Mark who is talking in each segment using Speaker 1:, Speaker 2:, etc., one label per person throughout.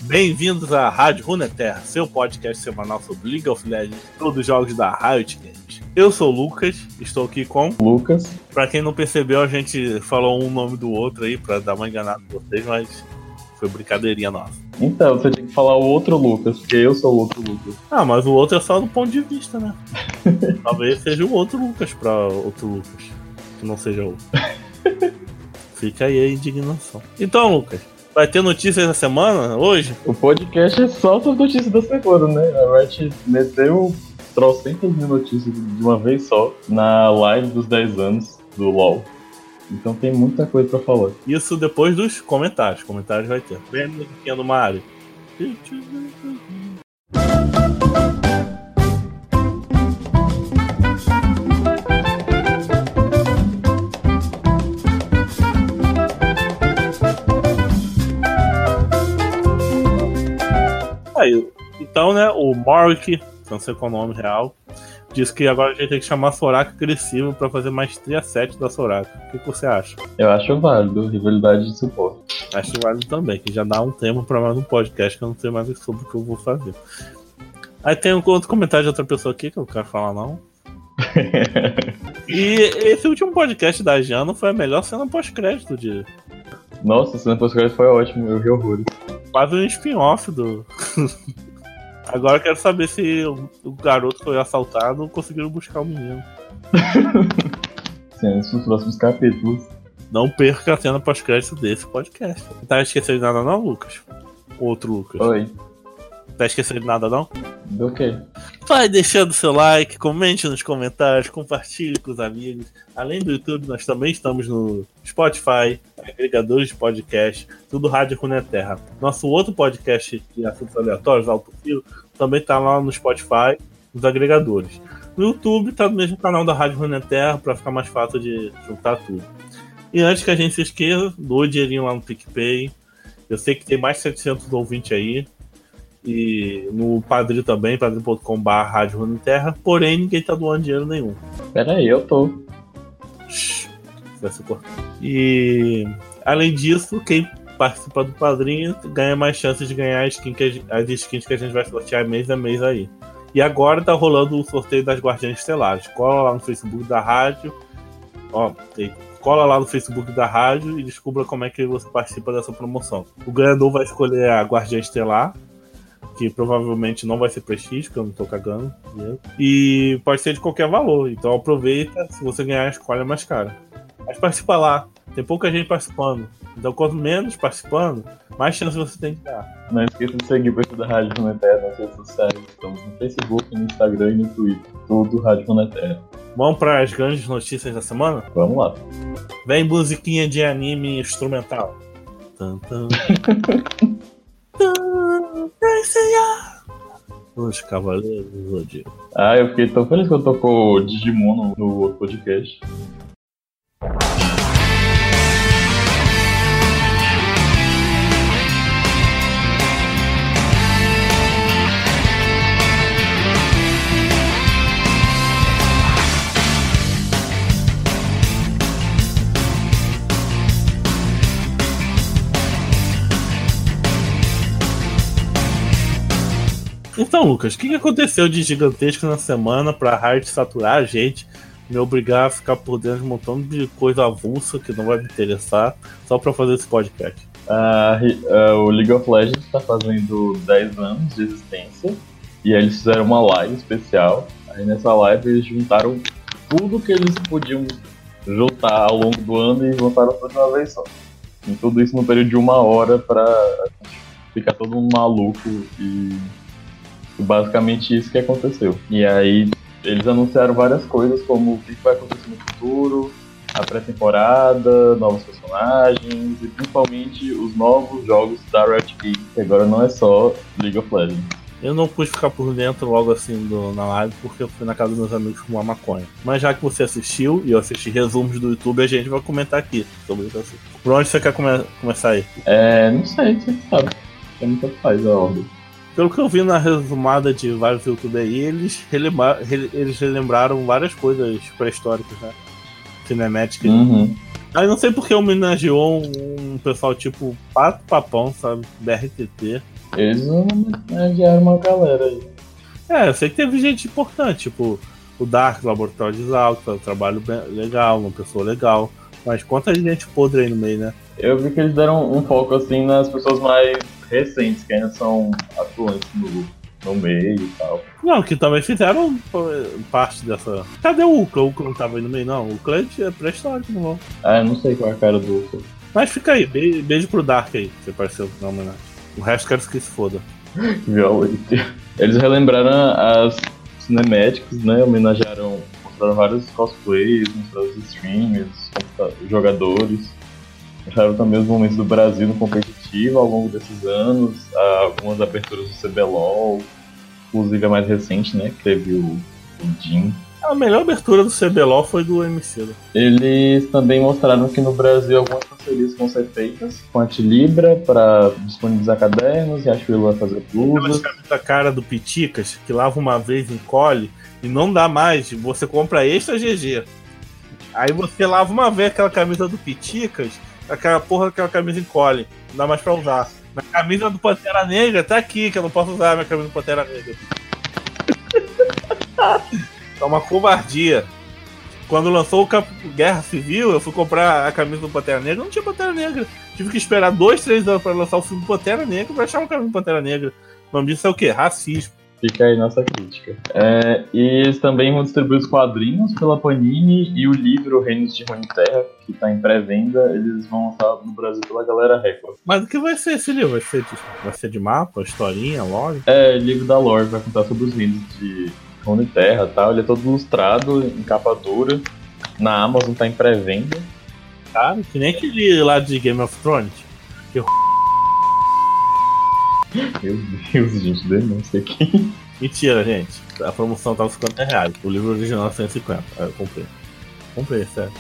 Speaker 1: Bem-vindos à Rádio Runeterra, seu podcast semanal sobre League of Legends e todos os jogos da Riot Games. Eu sou o Lucas, estou aqui com...
Speaker 2: Lucas.
Speaker 1: Pra quem não percebeu, a gente falou um nome do outro aí pra dar uma enganada em vocês, mas foi brincadeirinha nossa.
Speaker 2: Então, você tem que falar o outro Lucas, porque eu sou o outro Lucas.
Speaker 1: Ah, mas o outro é só do ponto de vista, né? Talvez seja o outro Lucas pra outro Lucas, que não seja o... Fica aí a indignação. Então, Lucas, vai ter notícias da semana, hoje?
Speaker 2: O podcast é só as notícias da semana, né? A gente meteu trocentas mil notícias de uma vez só na live dos 10 anos do LoL. Então tem muita coisa pra falar.
Speaker 1: Isso depois dos comentários. Comentários vai ter. Bem a musiquinha do Mario. Aí, então, né, o Morik, não sei qual é o nome real, disse que agora a gente tem que chamar a Soraka agressiva pra fazer maestria 7 da Soraka. O que você acha?
Speaker 2: Eu acho válido, rivalidade de suporte.
Speaker 1: Acho válido também, que já dá um tema pra mais um podcast que eu não sei mais sobre o que eu vou fazer. Aí tem um outro comentário de outra pessoa aqui que eu não quero falar não. E esse último podcast da Jana foi a melhor cena pós-crédito de...
Speaker 2: Nossa, a cena pós-crédito foi ótimo, eu ri horrores.
Speaker 1: Quase um spin-off do... Agora eu quero saber se o garoto foi assaltado ou conseguiram buscar o menino.
Speaker 2: Sim, nos próximos capítulos.
Speaker 1: Não perca a cena pós-crédito desse podcast. Não tá esquecendo de nada não, Lucas? Outro Lucas.
Speaker 2: Oi.
Speaker 1: Tá esquecendo de nada não?
Speaker 2: Do quê?
Speaker 1: Vai deixando seu like, comente nos comentários, compartilhe com os amigos. Além do YouTube, nós também estamos no Spotify, agregadores de podcast, tudo Rádio Runeterra. Nosso outro podcast de assuntos aleatórios, Alto Filo, também tá lá no Spotify, nos agregadores. No YouTube tá no mesmo canal da Rádio Runeterra para ficar mais fácil de juntar tudo. E antes que a gente se esqueça, doe dinheirinho lá no PicPay. Eu sei que tem mais de 700 ouvintes aí. E no Padrim também, padrim.com/Rádio Runeterra. Porém, ninguém tá doando dinheiro nenhum.
Speaker 2: Pera aí, eu tô.
Speaker 1: Vai ser cortado. E além disso, quem participa do Padrim ganha mais chances de ganhar as skins que a gente vai sortear mês a mês aí. E agora tá rolando o sorteio das Guardiãs Estelares. Cola lá no Facebook da rádio. Cola lá no Facebook da rádio e descubra como é que você participa dessa promoção. O ganhador vai escolher a Guardiã Estelar, que provavelmente não vai ser Prestige, porque eu não tô cagando dinheiro. E pode ser de qualquer valor. Então aproveita, se você ganhar, escolhe a mais cara. Mas participa lá. Tem pouca gente participando. Então quanto menos participando, mais chance você tem de ganhar.
Speaker 2: Não esqueça de seguir o perfil da Rádio Runeterra nas redes sociais. Estamos no Facebook, no Instagram e no Twitter. Tudo Rádio Runeterra.
Speaker 1: Vamos para as grandes notícias da semana?
Speaker 2: Vamos lá.
Speaker 1: Vem musiquinha de anime instrumental. Os Cavaleiros do Zodíaco.
Speaker 2: Ah, eu fiquei tão feliz quando tocou Digimon no outro podcast.
Speaker 1: Então, Lucas, o que aconteceu de gigantesco na semana pra Riot saturar a gente, me obrigar a ficar por dentro de um montão de coisa avulsa que não vai me interessar, só pra fazer esse podcast?
Speaker 2: O League of Legends está fazendo 10 anos de existência e aí eles fizeram uma live especial. Aí nessa live eles juntaram tudo que eles podiam juntar ao longo do ano e juntaram tudo de uma vez só. E tudo isso no período de 1 hora pra ficar todo mundo maluco e basicamente isso que aconteceu. E aí eles anunciaram várias coisas, como o que vai acontecer no futuro, a pré-temporada, novos personagens e principalmente os novos jogos da Riot Games, que agora não é só League of Legends.
Speaker 1: Eu não pude ficar por dentro logo assim na live porque eu fui na casa dos meus amigos fumar maconha. Mas já que você assistiu e eu assisti resumos do YouTube, a gente vai comentar aqui sobre isso. Por onde você quer começar aí?
Speaker 2: Não sei, você sabe. É muito faz a ordem.
Speaker 1: Pelo que eu vi na resumada de vários YouTube aí, eles relembraram várias coisas pré-históricas, né? Cinemáticas.
Speaker 2: Uhum.
Speaker 1: Aí não sei porque homenageou um pessoal tipo Pato Papão, sabe? BRTT.
Speaker 2: Eles homenagearam uma galera aí.
Speaker 1: Eu sei que teve gente importante, tipo o Dark, Laboratório de Exalc, um trabalho bem legal, uma pessoa legal. Mas quanta gente podre aí no meio, né?
Speaker 2: Eu vi que eles deram um foco assim nas pessoas mais recentes, que ainda são atuantes no meio e tal.
Speaker 1: Não, que também fizeram parte dessa. Cadê o Ucla? O Ucla não tava aí no meio, não. O Ucla é pré-histórico, não.
Speaker 2: Eu não sei qual é a cara do Ucla.
Speaker 1: Mas fica aí, beijo pro Dark aí, que apareceu na homenagem. O resto quero que se foda.
Speaker 2: Violente. Eles relembraram as cinemáticas, né? Homenagearam, mostraram vários cosplays, mostraram os streamers, jogadores. Mostraram também os momentos do Brasil no competitivo ao longo desses anos, algumas aberturas do CBLOL, inclusive a mais recente, né? Que teve o Jim.
Speaker 1: A melhor abertura do CBLOL foi do MC.
Speaker 2: Eles também mostraram que no Brasil algumas parcerias vão ser feitas com a Tilibra para disponibilizar cadernos, e a Riachuelo vai fazer blusas.
Speaker 1: A cara do Piticas, que lava uma vez, encolhe, e não dá mais, você compra extra GG. Aí você lava uma vez aquela camisa do Piticas, aquela camisa encolhe, não dá mais pra usar. Na camisa do Pantera Negra, tá aqui, que eu não posso usar a minha camisa do Pantera Negra. É uma covardia. Quando lançou o Guerra Civil, eu fui comprar a camisa do Pantera Negra, não tinha Pantera Negra. Tive que esperar 2-3 anos pra lançar o filme do Pantera Negra pra achar uma camisa do Pantera Negra. O nome disso é o quê? Racismo.
Speaker 2: Fica aí nossa crítica. E eles também vão distribuir os quadrinhos pela Panini e o livro Reinos de Runeterra, que está em pré-venda, eles vão lançar no Brasil pela Galera Record.
Speaker 1: Mas o que vai ser esse livro? Vai ser de mapa, historinha, lore?
Speaker 2: Livro da lore, vai contar sobre os reinos de Runeterra e tal. Ele é todo ilustrado, em capa dura. Na Amazon tá em pré-venda.
Speaker 1: Cara, que nem aquele lá de Game of Thrones.
Speaker 2: Meu Deus, gente, denúncia aqui.
Speaker 1: Mentira, gente. A promoção tava R$50. O livro original é 150. Aí eu comprei. Comprei, sério.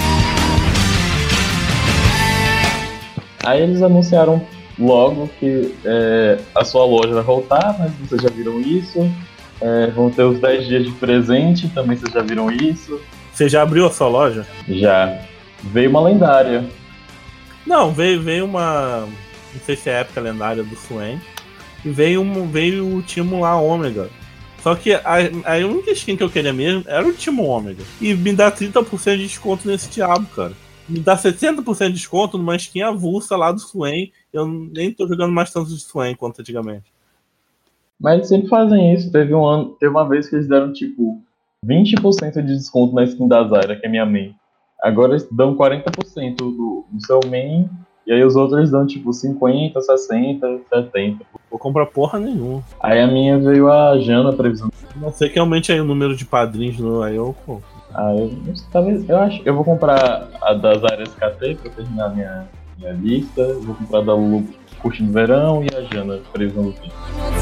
Speaker 2: Aí eles anunciaram logo que a sua loja vai voltar, mas vocês já viram isso. Vão ter os 10 dias de presente, também vocês já viram isso.
Speaker 1: Você já abriu a sua loja?
Speaker 2: Já. Veio uma lendária.
Speaker 1: Não, veio uma... Não sei se é a época lendária do Swain. E veio o Timo lá, Ômega. Só que a única skin que eu queria mesmo era o Timo Ômega. E me dá 30% de desconto nesse diabo, cara. Me dá 70% de desconto numa skin avulsa lá do Swain. Eu nem tô jogando mais tanto de Swain quanto antigamente.
Speaker 2: Mas eles sempre fazem isso. Teve uma vez que eles deram tipo 20% de desconto na skin da Zyra, que é minha main. Agora eles dão 40% do seu main. E aí os outros dão tipo 50, 60, 70.
Speaker 1: Vou comprar porra nenhuma.
Speaker 2: Aí a minha veio a Jana, previsão.
Speaker 1: Não sei que aumente aí o número de padrinhos no aí eu compro.
Speaker 2: Eu vou comprar a das áreas SKT pra terminar minha lista. Eu vou comprar a da Lulu curtindo verão e a Jana, previsão do fim.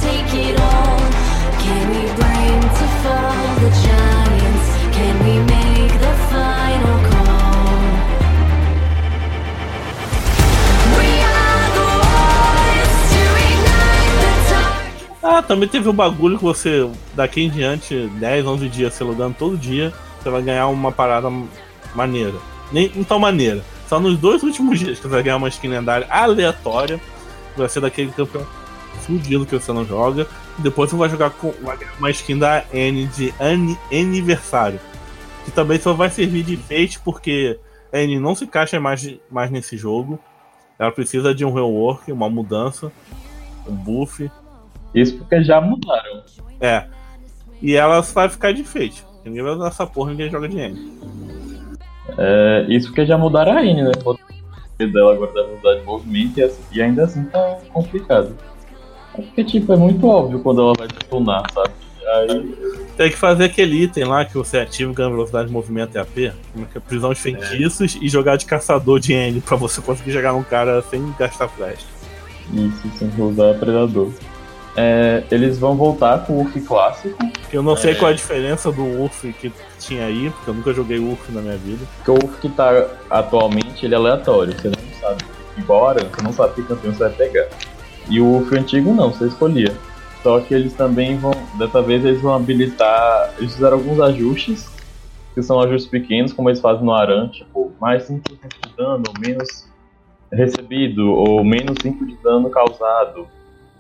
Speaker 1: Também teve o bagulho que você, daqui em diante, 10, 11 dias, se logando todo dia, você vai ganhar uma parada maneira. Nem tão maneira. Só nos 2 últimos dias que você vai ganhar uma skin lendária aleatória. Vai ser daquele campeão fudido que você não joga. E depois você vai jogar vai ganhar uma skin da N de aniversário. Que também só vai servir de bait porque a N não se encaixa mais nesse jogo. Ela precisa de um rework, uma mudança, um buff.
Speaker 2: Isso porque já mudaram.
Speaker 1: E ela vai ficar de enfeite. Ninguém vai usar essa porra, ninguém joga de N.
Speaker 2: Isso porque já mudaram a N, né? O dela agora deve mudar de movimento e ainda assim tá complicado. Porque tipo, é muito óbvio quando ela vai stunar, sabe? Aí...
Speaker 1: Tem que fazer aquele item lá que você ativa e ganha velocidade de movimento e AP, como que é prisão de feitiços e jogar de caçador de N pra você conseguir jogar num cara sem gastar flash.
Speaker 2: Isso, sem usar predador. Eles vão voltar com o URF clássico.
Speaker 1: Eu não sei qual é a diferença do URF que tinha aí, porque eu nunca joguei URF na minha vida.
Speaker 2: Porque o URF que tá atualmente, ele é aleatório, você não sabe. Igual a Aran, você não sabe que campeão você vai pegar. E o URF antigo não, você escolhia. Só que eles também dessa vez eles vão habilitar, eles fizeram alguns ajustes, que são ajustes pequenos, como eles fazem no Aran, tipo, mais 5% de dano, menos recebido, ou menos 5 de dano causado.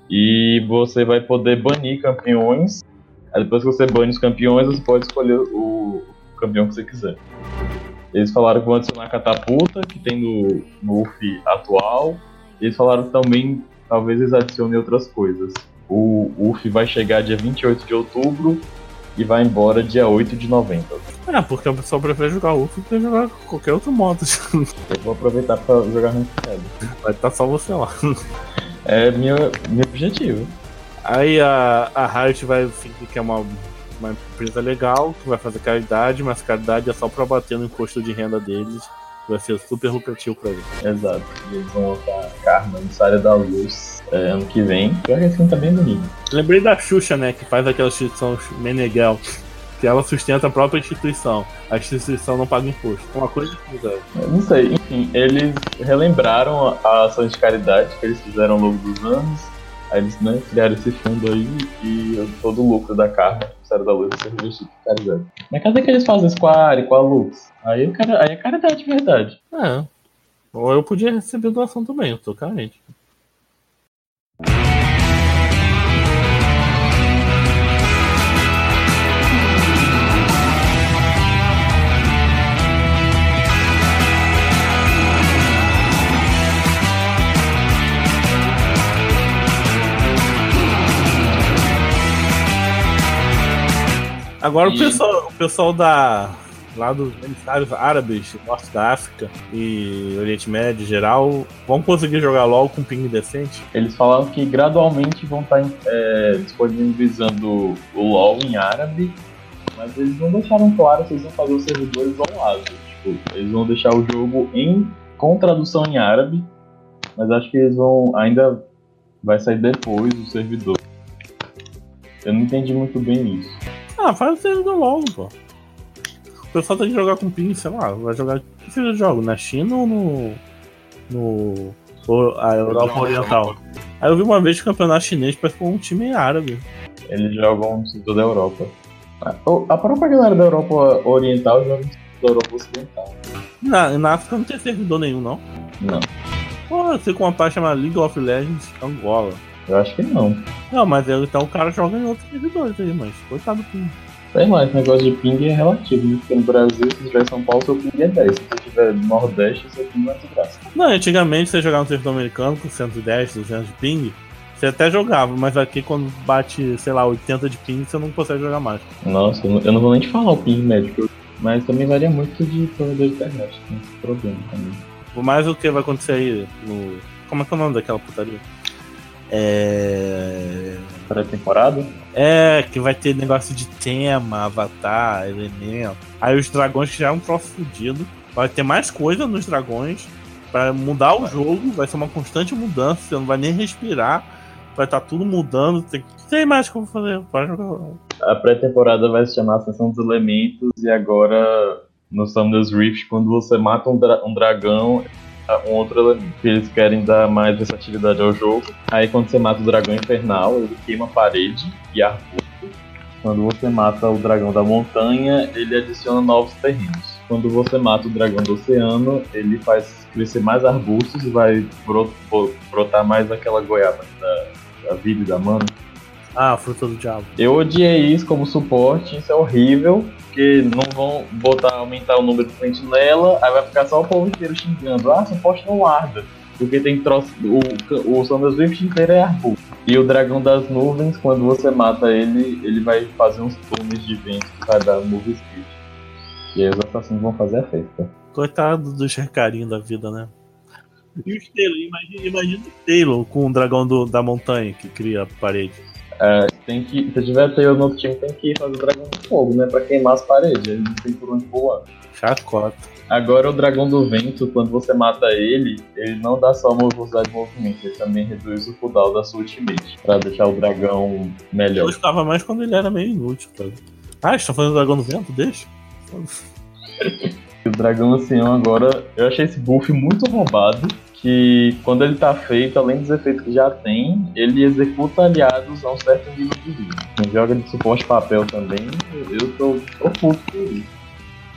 Speaker 2: E você vai poder banir campeões. Aí depois que você bane os campeões, você pode escolher o campeão que você quiser. Eles falaram que vão adicionar a catapulta, que tem no UF atual. Eles falaram também, talvez eles adicionem outras coisas. O UF vai chegar dia 28 de outubro e vai embora dia 8 de novembro.
Speaker 1: Porque o pessoal prefere jogar UF do que jogar qualquer outro modo.
Speaker 2: Eu vou aproveitar pra jogar Ranked.
Speaker 1: Vai estar só você lá.
Speaker 2: É meu objetivo.
Speaker 1: Aí a Riot vai fingir que é uma empresa legal, que vai fazer caridade, mas caridade é só pra bater no imposto de renda deles. Vai ser super lucrativo pra eles.
Speaker 2: Exato. Eles vão lançar Karma no Sária da Luz ano que vem. Pior que assim tá bem bonito.
Speaker 1: Lembrei da Xuxa, né, que faz aquela instituição Meneghel, que ela sustenta a própria instituição. A instituição não paga imposto. Uma coisa que fizeram.
Speaker 2: Não sei, enfim, eles relembraram a ação de caridade que eles fizeram ao longo dos anos. Aí eles, né, criaram esse fundo aí e todo o lucro da Karma, o Sário da Luz, vai ser revestido de caridade. Mas cadê que eles fazem isso com a Ari, com a Lux? Aí é caridade de verdade.
Speaker 1: Ou eu podia receber doação também, eu tô carente. Agora o pessoal lá dos emissários árabes, Norte da África e Oriente Médio em geral, vão conseguir jogar LoL com ping decente?
Speaker 2: Eles falaram que gradualmente vão estar disponibilizando o LoL em árabe, mas eles não deixaram claro se eles vão fazer os servidores ao lado. Tipo, eles vão deixar o jogo com tradução em árabe, mas acho que eles ainda vai sair depois do servidor. Eu não entendi muito bem isso.
Speaker 1: Faz o servidor LoL, pô. O pessoal tem que jogar com ping, sei lá, vai jogar. Que seja jogo? Na China ou no a Europa Oriental? Aí eu vi uma vez que o campeonato chinês parece com um time árabe.
Speaker 2: Eles jogam no setor da Europa. A própria galera da Europa Oriental joga no setor da Europa Ocidental.
Speaker 1: Na África não tem servidor nenhum, não?
Speaker 2: Não.
Speaker 1: Pô, eu sei com uma parte chamada League of Legends Angola.
Speaker 2: Eu acho que não.
Speaker 1: Não, mas então o cara joga em outros servidores aí, mas coitado do ping.
Speaker 2: Sei lá, esse negócio de ping é relativo, né? Porque no Brasil, se tiver em São Paulo, seu ping é 10. Se você tiver no Nordeste, seu ping vai de graça.
Speaker 1: Não, antigamente você jogava no servidor americano com 110, 200 de ping, você até jogava, mas aqui quando bate, sei lá, 80 de ping, você não consegue jogar mais.
Speaker 2: Nossa, eu não vou nem te falar o ping médio, mas também varia muito de provedor de internet, tem esse problema também.
Speaker 1: Mas o que vai acontecer aí no... Como é que é o nome daquela putaria?
Speaker 2: Pré-temporada?
Speaker 1: Que vai ter negócio de tema, avatar, elemento. Aí os dragões que já é um troço fudido. Vai ter mais coisa nos dragões pra mudar o jogo. Vai ser uma constante mudança. Você não vai nem respirar. Vai estar tudo mudando. Sei mais o que eu vou fazer. Vai jogar.
Speaker 2: A pré-temporada vai se chamar Ascensão dos Elementos. E agora, no Summoner's Rift, quando você mata um dragão, um outro elemento. Eles querem dar mais versatilidade ao jogo. Aí quando você mata o dragão infernal, ele queima a parede e arbusto. Quando você mata o dragão da montanha, ele adiciona novos terrenos. Quando você mata o dragão do oceano, ele faz crescer mais arbustos e vai brotar mais aquela goiaba da vida e da mana.
Speaker 1: Fruta do diabo.
Speaker 2: Eu odiei isso como suporte, isso é horrível. Porque não vão aumentar o número de sentinela, aí vai ficar só o povo inteiro xingando. Suporte não arda. Porque tem troço. O Summoner's Rift inteiro é arbusto. E o dragão das nuvens, quando você mata ele vai fazer uns túneis de vento que vai dar move speed. E aí os assassinos vão fazer a festa.
Speaker 1: Coitado dos recarinhos da vida, né? E os Taylor, imagina o Taylor com o dragão da montanha que cria a parede.
Speaker 2: Se tiver Taylor no outro time, tem que fazer o dragão de fogo, né? Pra queimar as paredes, ele não tem por onde pular.
Speaker 1: Chacota.
Speaker 2: Agora o dragão do vento, quando você mata ele não dá só uma velocidade de movimento, ele também reduz o cooldown da sua ultimate, pra deixar o dragão melhor.
Speaker 1: Eu gostava mais quando ele era meio inútil, cara. Estão fazendo o dragão do vento? Deixa.
Speaker 2: O dragão ancião agora, eu achei esse buff muito roubado, que quando ele tá feito, além dos efeitos que já tem, ele executa aliados a um certo nível de vida. Quem joga de suporte papel também, eu tô puto por isso.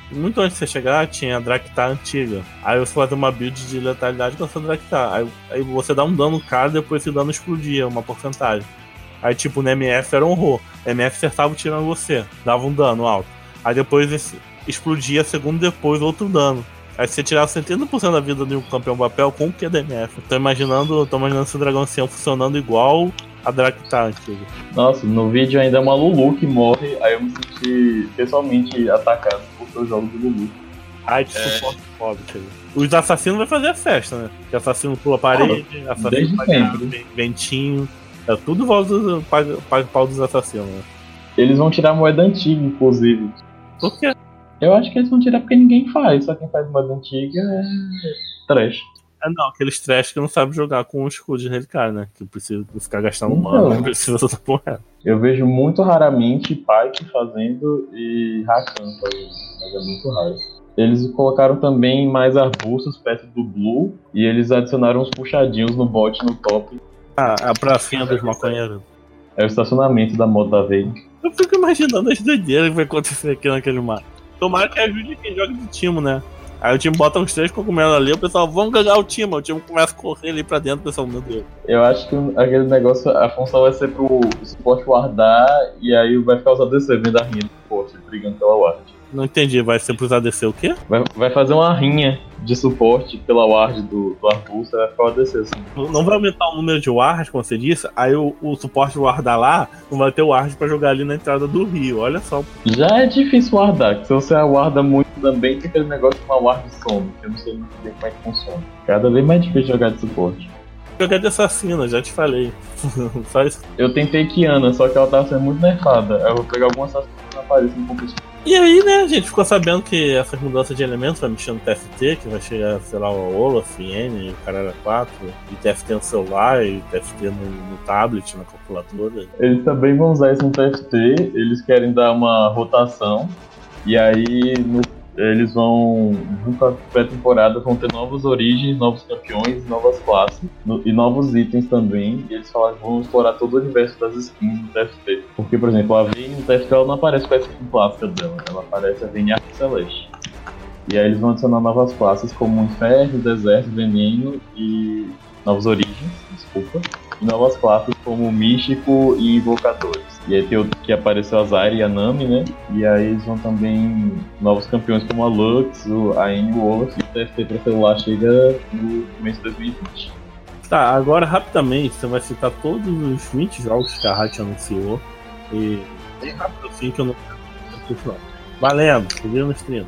Speaker 1: muito antes de você chegar, tinha a Draktar antiga. Aí você fazia uma build de letalidade com essa Draktar. Aí você dá um dano no cara, depois esse dano explodia, uma porcentagem. Aí tipo, no MF era um horror. MF acertava tirando você, dava um dano alto. Aí depois explodia, segundo depois, outro dano. Aí você tirava 70% da vida de um campeão papel com o QDMF. Tô imaginando esse dragão ancião funcionando igual a Draktar antiga.
Speaker 2: Nossa, no vídeo ainda é uma Lulu que morre, aí eu me senti pessoalmente atacado porque eu jogo de Lulu.
Speaker 1: Ai, de suporte pobre, os assassinos vai fazer a festa, né? Que assassino pula a parede, assassino paga ventinho. É tudo volta paga pau dos assassinos, né?
Speaker 2: Eles vão tirar a moeda antiga, inclusive.
Speaker 1: Por quê?
Speaker 2: Eu acho que eles vão tirar porque ninguém faz, só quem faz moeda antiga é trash.
Speaker 1: Não, aqueles trash que não sabem jogar com o escudo de Relicar, né? Que precisa ficar gastando mana, não precisa dessa porra.
Speaker 2: Eu vejo muito raramente Pyke fazendo e Rakan fazendo, mas é muito raro. Eles colocaram também mais arbustos perto do Blue e eles adicionaram uns puxadinhos no bot no top.
Speaker 1: A pracinha dos maconheiros.
Speaker 2: É o estacionamento da moto da Vayne.
Speaker 1: Eu fico imaginando as doideiras que vai acontecer aqui naquele mar. Tomara que ajude quem joga de time, né? Aí o time bota uns 3 cogumelos ali, o pessoal, vamos ganhar o time começa a correr ali pra dentro, o pessoal, meu Deus.
Speaker 2: Eu acho que aquele negócio, a função vai ser pro suporte wardar, e aí vai ficar os ADC vendo a rinha do suporte, brigando pela ward.
Speaker 1: Não entendi, vai ser pros ADC o quê?
Speaker 2: Vai fazer uma rinha de suporte pela ward do arbusto, vai ficar o ADC assim.
Speaker 1: Não vai aumentar o número de wards, como você disse, aí o suporte wardar lá, não vai ter ward pra jogar ali na entrada do rio, olha só.
Speaker 2: Já é difícil wardar, que se você aguarda muito também tem aquele negócio de uma ward de sono, que eu não sei muito bem como é que funciona. Cada vez mais difícil jogar de suporte.
Speaker 1: Jogar de assassina, já te falei. Só isso.
Speaker 2: Eu tentei Kiana, só que ela tava sendo muito nerfada. Aí eu vou pegar alguma assassina que apareça no competitivo.
Speaker 1: E aí, né, a gente ficou sabendo que essas mudanças de elementos vai mexer no TFT, que vai chegar, sei lá, o Olaf, N, o Caralho 4, e TFT no celular, e TFT no tablet, na calculadora.
Speaker 2: Eles também vão usar isso no TFT, eles querem dar uma rotação, e aí eles vão, junto à pré-temporada, vão ter novas origens, novos campeões, novas classes e novos itens também. E eles falaram que vão explorar todo o universo das skins no TFT. Porque, por exemplo, a Vayne no TFT ela não aparece com a skin clássica dela, ela aparece a Vayne Arco Celeste. E aí eles vão adicionar novas classes como Inferno, Deserto, Veneno e novas origens, desculpa. E novas classes como Místico e Invocadores. E aí tem outro que apareceu a Zyra e a Nami, né? E aí eles vão também novos campeões como a Lux, a N e o Olaf. E o TFT pra celular chega no começo de 2020.
Speaker 1: Tá, agora rapidamente você vai citar todos os 20 jogos que a Riot anunciou. E bem rápido assim que eu não quero. Valendo, subiu no stream.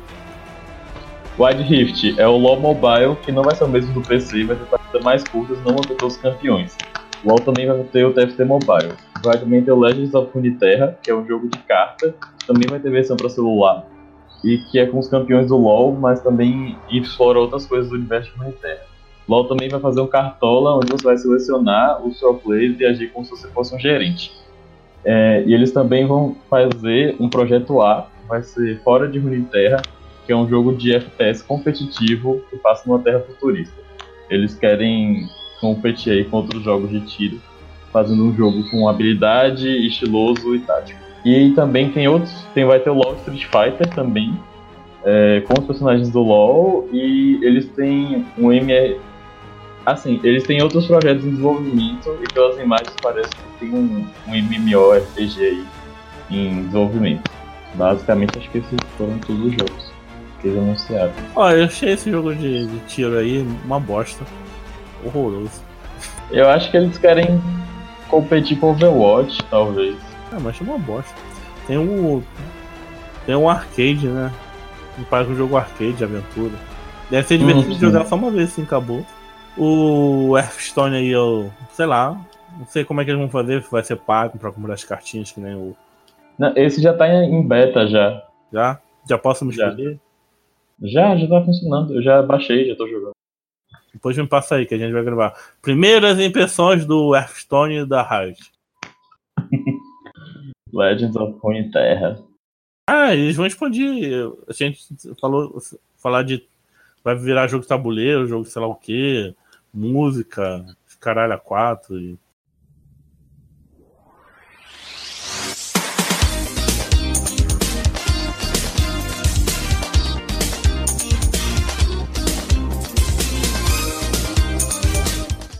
Speaker 2: Wild Rift é o LoL Mobile, que não vai ser o mesmo do PC, vai ter partidas mais curtas, não vão ter todos os campeões. O LoL também vai ter o TFT Mobile. Vai também ter o Legends of Runeterra, que é um jogo de carta, também vai ter versão para celular, e que é com os campeões do LoL, mas também explora outras coisas do universo de Runeterra. O LoL também vai fazer um cartola, onde você vai selecionar os pro players e agir como se você fosse um gerente. E eles também vão fazer um projeto A, vai ser Fora de Runeterra, que é um jogo de FPS competitivo que passa numa terra futurista. Eles querem competir aí com outros jogos de tiro, fazendo um jogo com habilidade, estiloso e tático. E também tem outros, vai ter o LoL Street Fighter também, com os personagens do LoL, e eles têm um assim, eles têm outros projetos em desenvolvimento, e pelas imagens parece que tem um MMORPG aí em desenvolvimento. Basicamente acho que esses foram todos os jogos que eles anunciaram.
Speaker 1: Ó, eu achei esse jogo de tiro aí uma bosta. Horroroso.
Speaker 2: Eu acho que eles querem competir com Overwatch, talvez.
Speaker 1: Mas é uma bosta. Tem um arcade, né? Parece um jogo arcade de aventura. Deve ser divertido jogar só uma vez assim, acabou. O Hearthstone aí, eu sei lá. Não sei como é que eles vão fazer, se vai ser pago pra comprar as cartinhas que nem o.
Speaker 2: Não, esse já tá em beta já.
Speaker 1: Já? Já posso me escolher?
Speaker 2: Já tá funcionando. Eu já baixei, já tô jogando.
Speaker 1: Depois me passa aí que a gente vai gravar. Primeiras impressões do Hearthstone da Riot.
Speaker 2: Legends of Runeterra.
Speaker 1: Eles vão expandir. A gente falar de. Vai virar jogo de tabuleiro, jogo sei lá o que, música, caralho a 4 e.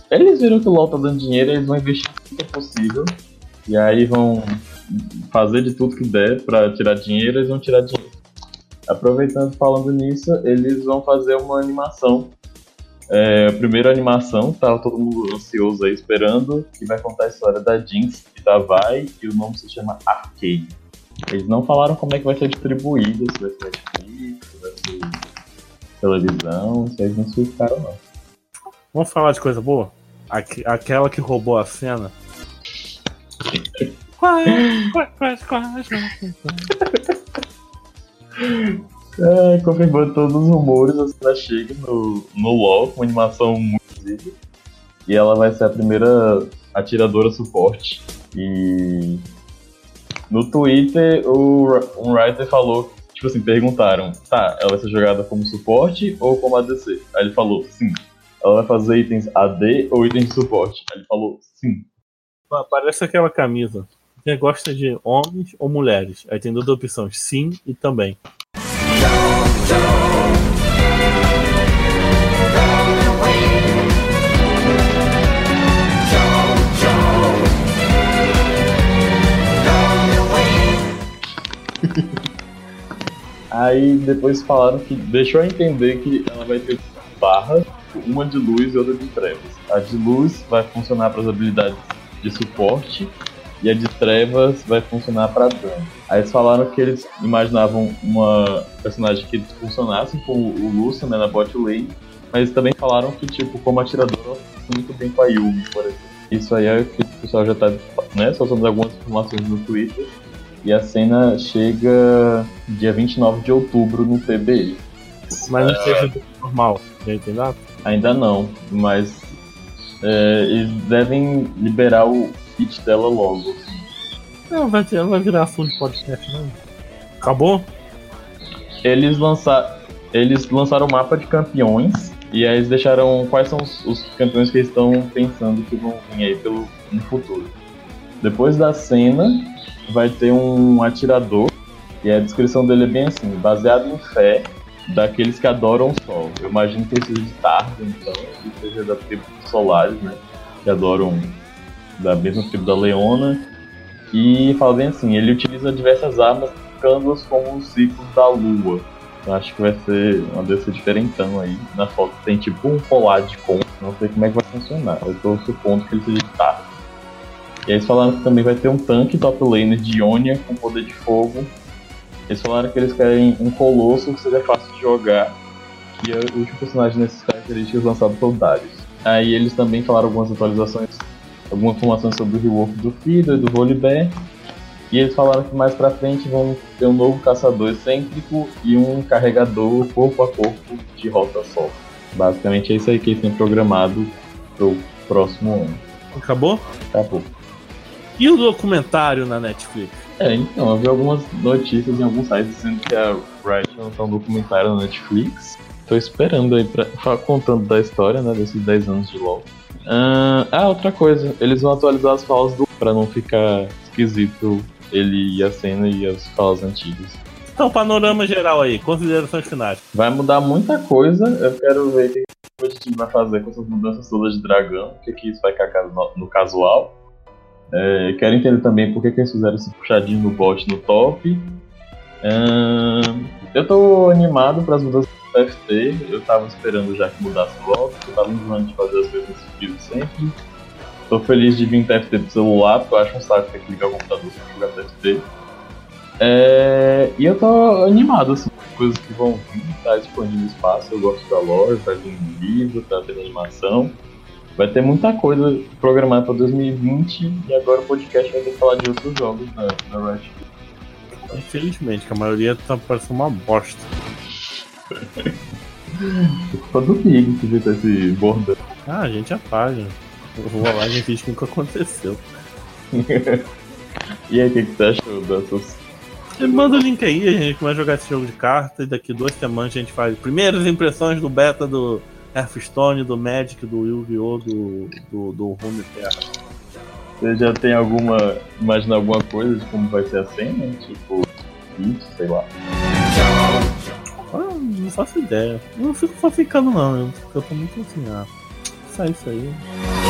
Speaker 2: Eles viram que o LoL tá dando dinheiro, eles vão investir tudo que é possível. E aí vão fazer de tudo que der pra tirar dinheiro, eles vão tirar dinheiro. Aproveitando, falando nisso, eles vão fazer uma animação. A primeira animação, tava todo mundo ansioso aí esperando, que vai contar a história da Jinx e da Vi, e o nome se chama Arcane. Eles não falaram como é que vai ser distribuído, se vai ser Netflix, se vai ser televisão, se eles não explicaram não.
Speaker 1: Vamos falar de coisa boa? Aquela que roubou a cena.
Speaker 2: Confirmando todos os rumores, a cena chega no LoL com uma animação muito visível. E ela vai ser a primeira atiradora suporte. E no Twitter, um writer falou, tipo assim, perguntaram, tá, ela vai ser jogada como suporte ou como ADC? Aí ele falou, sim. Ela vai fazer itens AD ou itens de suporte? Aí ele falou, sim.
Speaker 1: Parece aquela camisa. Você gosta de homens ou mulheres? Aí tem duas opções, sim e também.
Speaker 2: Aí depois falaram que deixou a entender que ela vai ter barras, uma de luz e outra de trevas. A de luz vai funcionar para as habilidades de suporte e a de trevas vai funcionar para dano. Aí eles falaram que eles imaginavam uma personagem que funcionasse como o Lucian, né, na bot lane, mas eles também falaram que, tipo, como atirador, ela funciona muito bem com a Yuumi, por exemplo. Isso aí é o que o pessoal já tá, né, soltando algumas informações no Twitter. E a cena chega dia 29 de outubro no TBI.
Speaker 1: Mas não seja normal, já entendeu?
Speaker 2: Ainda não, mas eles devem liberar o pitch dela logo.
Speaker 1: Não, vai virar assunto de podcast, não. Acabou?
Speaker 2: Eles lançaram o mapa de campeões e aí eles deixaram quais são os campeões que eles estão pensando que vão vir aí no futuro. Depois da cena, vai ter um atirador e a descrição dele é bem assim, baseado em fé daqueles que adoram o sol. Eu imagino que ele seja de tarde, então, e seja da tribo dos Solares, né, que adoram da mesma tribo da Leona. E fala bem assim, ele utiliza diversas armas, buscando-as como os ciclos da lua. Eu acho que vai ser uma dessa diferentão aí. Na foto tem tipo um colar de conto, não sei como é que vai funcionar. Eu tô supondo que ele seja de tarde. E aí eles falaram que também vai ter um tanque top laner de Ionia com poder de fogo. Eles falaram que eles querem um colosso que seja fácil de jogar, que é o último personagem nessas características lançado pelo Darius. Aí eles também falaram algumas atualizações, algumas informações sobre o rework do Fiddle e do Volibear. E eles falaram que mais pra frente vão ter um novo caçador excêntrico e um carregador corpo a corpo de rota solo. Basicamente é isso aí que eles têm programado pro próximo ano.
Speaker 1: Acabou?
Speaker 2: Acabou.
Speaker 1: E o documentário na Netflix?
Speaker 2: Então, eu vi algumas notícias em alguns sites dizendo que a Riot vai lançar um documentário na Netflix. Tô esperando aí contando da história, né, desses 10 anos de LoL. Outra coisa, eles vão atualizar as falas pra não ficar esquisito ele e a cena e as falas antigas.
Speaker 1: Então, panorama geral aí, considerações finais.
Speaker 2: Vai mudar muita coisa, eu quero ver o que o time vai fazer com essas mudanças todas de dragão, o que isso vai cagar no casual. Quero entender também por que eles fizeram esse puxadinho no bot no top. Eu tô animado para as mudanças do TFT. Eu tava esperando já que mudasse logo, eu tava enjoando de fazer as coisas seguidas sempre. Tô feliz de vir TFT pro celular, porque eu acho um saco ter que ligar o computador pra jogar TFT. E eu tô animado, assim, coisas que vão vir, tá expandindo espaço. Eu gosto da lore, vai vir livro, tá tendo animação. Vai ter muita coisa programada para 2020 e agora o podcast vai ter que falar de outros jogos na Riot.
Speaker 1: Infelizmente, que a maioria tá parecendo uma bosta.
Speaker 2: Culpa do Big que viu esse bordão.
Speaker 1: A gente apaga. Eu vou lá e finge que nunca aconteceu.
Speaker 2: E aí, o que você achou dessas?
Speaker 1: Manda o link aí, a gente vai jogar esse jogo de cartas e daqui 2 semanas a gente faz primeiras impressões do beta do Hearthstone, do Magic, do Yu-Gi-Oh!, do Runeterra.
Speaker 2: Você já tem imagina alguma coisa de como vai ser a cena? Tipo, isso, sei lá.
Speaker 1: Não faço ideia. Não fico ficando não, eu tô muito assim, sai isso aí.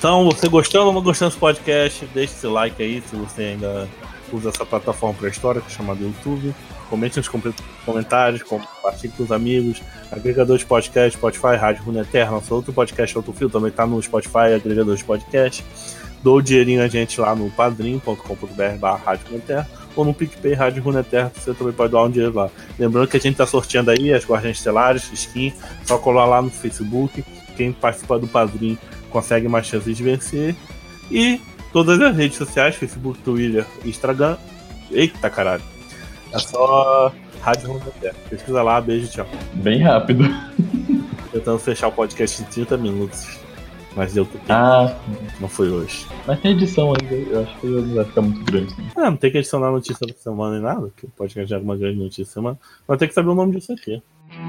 Speaker 1: Então, você gostando ou não gostando desse podcast, deixe seu like aí, se você ainda usa essa plataforma pré-histórica chamada YouTube. Comente nos comentários, compartilhe com os amigos. Agregador de podcast, Spotify, Rádio Runeterra, nosso outro podcast, Outro Fio, também tá no Spotify, agregador de podcast. Dou o dinheirinho a gente lá no padrim.com.br/Rádio Runeterra ou no PicPay Rádio Runeterra, você também pode doar um dinheiro lá. Lembrando que a gente tá sorteando aí as Guardiães Estelares, skin, só colar lá no Facebook. Quem participa do Padrim consegue mais chances de vencer. E todas as redes sociais, Facebook, Twitter, Instagram. Eita caralho. É só Rádio Runeterra. Pesquisa lá, beijo, tchau.
Speaker 2: Bem rápido.
Speaker 1: Tentando fechar o podcast em 30 minutos. Mas deu tempo. Não foi hoje.
Speaker 2: Mas tem edição ainda, eu acho que não vai ficar muito grande. Né?
Speaker 1: Não tem que adicionar notícia da semana nem nada, que o podcast já é uma grande notícia da semana. Vai ter que saber o nome disso aqui.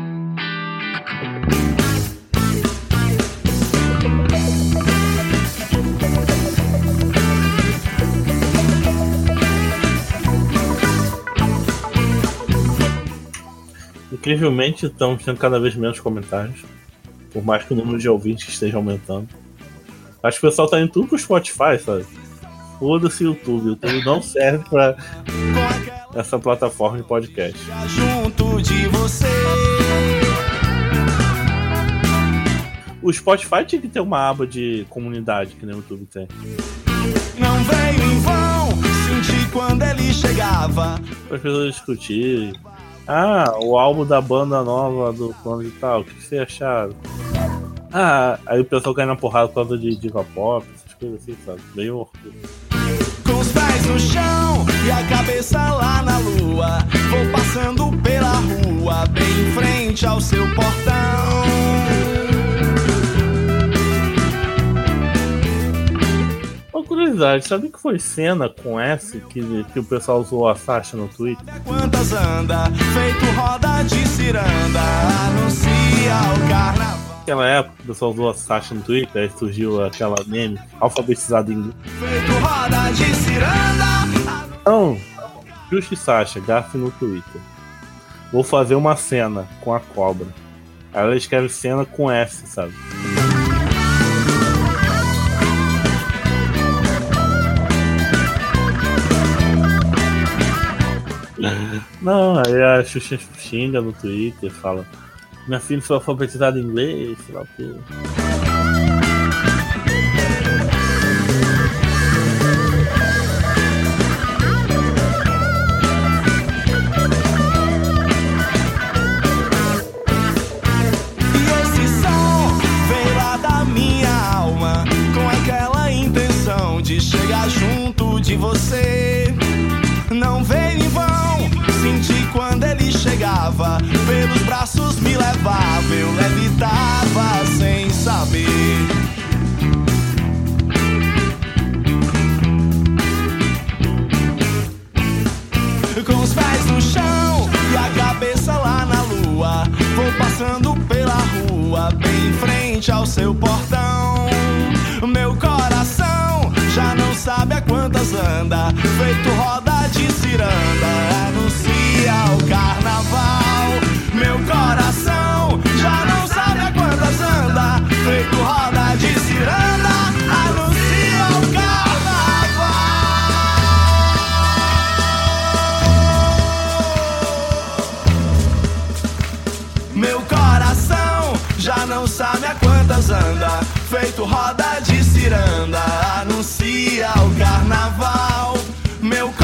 Speaker 1: Incrivelmente, estamos tendo cada vez menos comentários. Por mais que o número de ouvintes esteja aumentando. Acho que o pessoal tá indo tudo pro Spotify, sabe? Foda-se o YouTube. O YouTube não serve pra essa plataforma de podcast.
Speaker 3: Junto de você.
Speaker 1: O Spotify tinha que ter uma aba de comunidade, que nem o YouTube tem.
Speaker 3: Não veio em vão, senti quando ele chegava.
Speaker 1: Para as pessoas discutirem. O álbum da banda nova do plano de tal, o que vocês acharam? Aí o pessoal cai na porrada por causa de diva pop, essas coisas assim, sabe? Meio orgulho.
Speaker 3: Com os pés no chão e a cabeça lá na lua, vou passando pela rua, bem em frente ao seu portão.
Speaker 1: Uma curiosidade, sabe que foi cena com S que o pessoal usou a Sasha no Twitter?
Speaker 3: Quantas anda, feito roda de ciranda, anuncia o carnaval.
Speaker 1: Naquela época, o pessoal usou a Sasha no Twitter, aí surgiu aquela meme alfabetizada em inglês.
Speaker 3: Feito roda de ciranda.
Speaker 1: Então, Justi Sasha, gafe no Twitter. Vou fazer uma cena com a cobra. Aí ela escreve cena com S, sabe? Não, aí a Xuxa xinga no Twitter, fala: minha filha foi alfabetizada em inglês, sei lá o quê.
Speaker 3: E esse som veio lá da minha alma, com aquela intenção de chegar junto de você. Não veio em vão, senti quando ele chegava, pelos braços me levava, eu levitava sem saber. Com os pés no chão e a cabeça lá na lua, vou passando pela rua, bem em frente ao seu portão. Meu coração já não sabe a quantas anda, feito roda de ciranda, anuncia o carnaval. Meu coração já não sabe a quantas anda, feito roda de ciranda, anuncia o carnaval. Meu coração já não sabe a quantas anda, feito roda de ciranda, anuncia o carnaval. Meu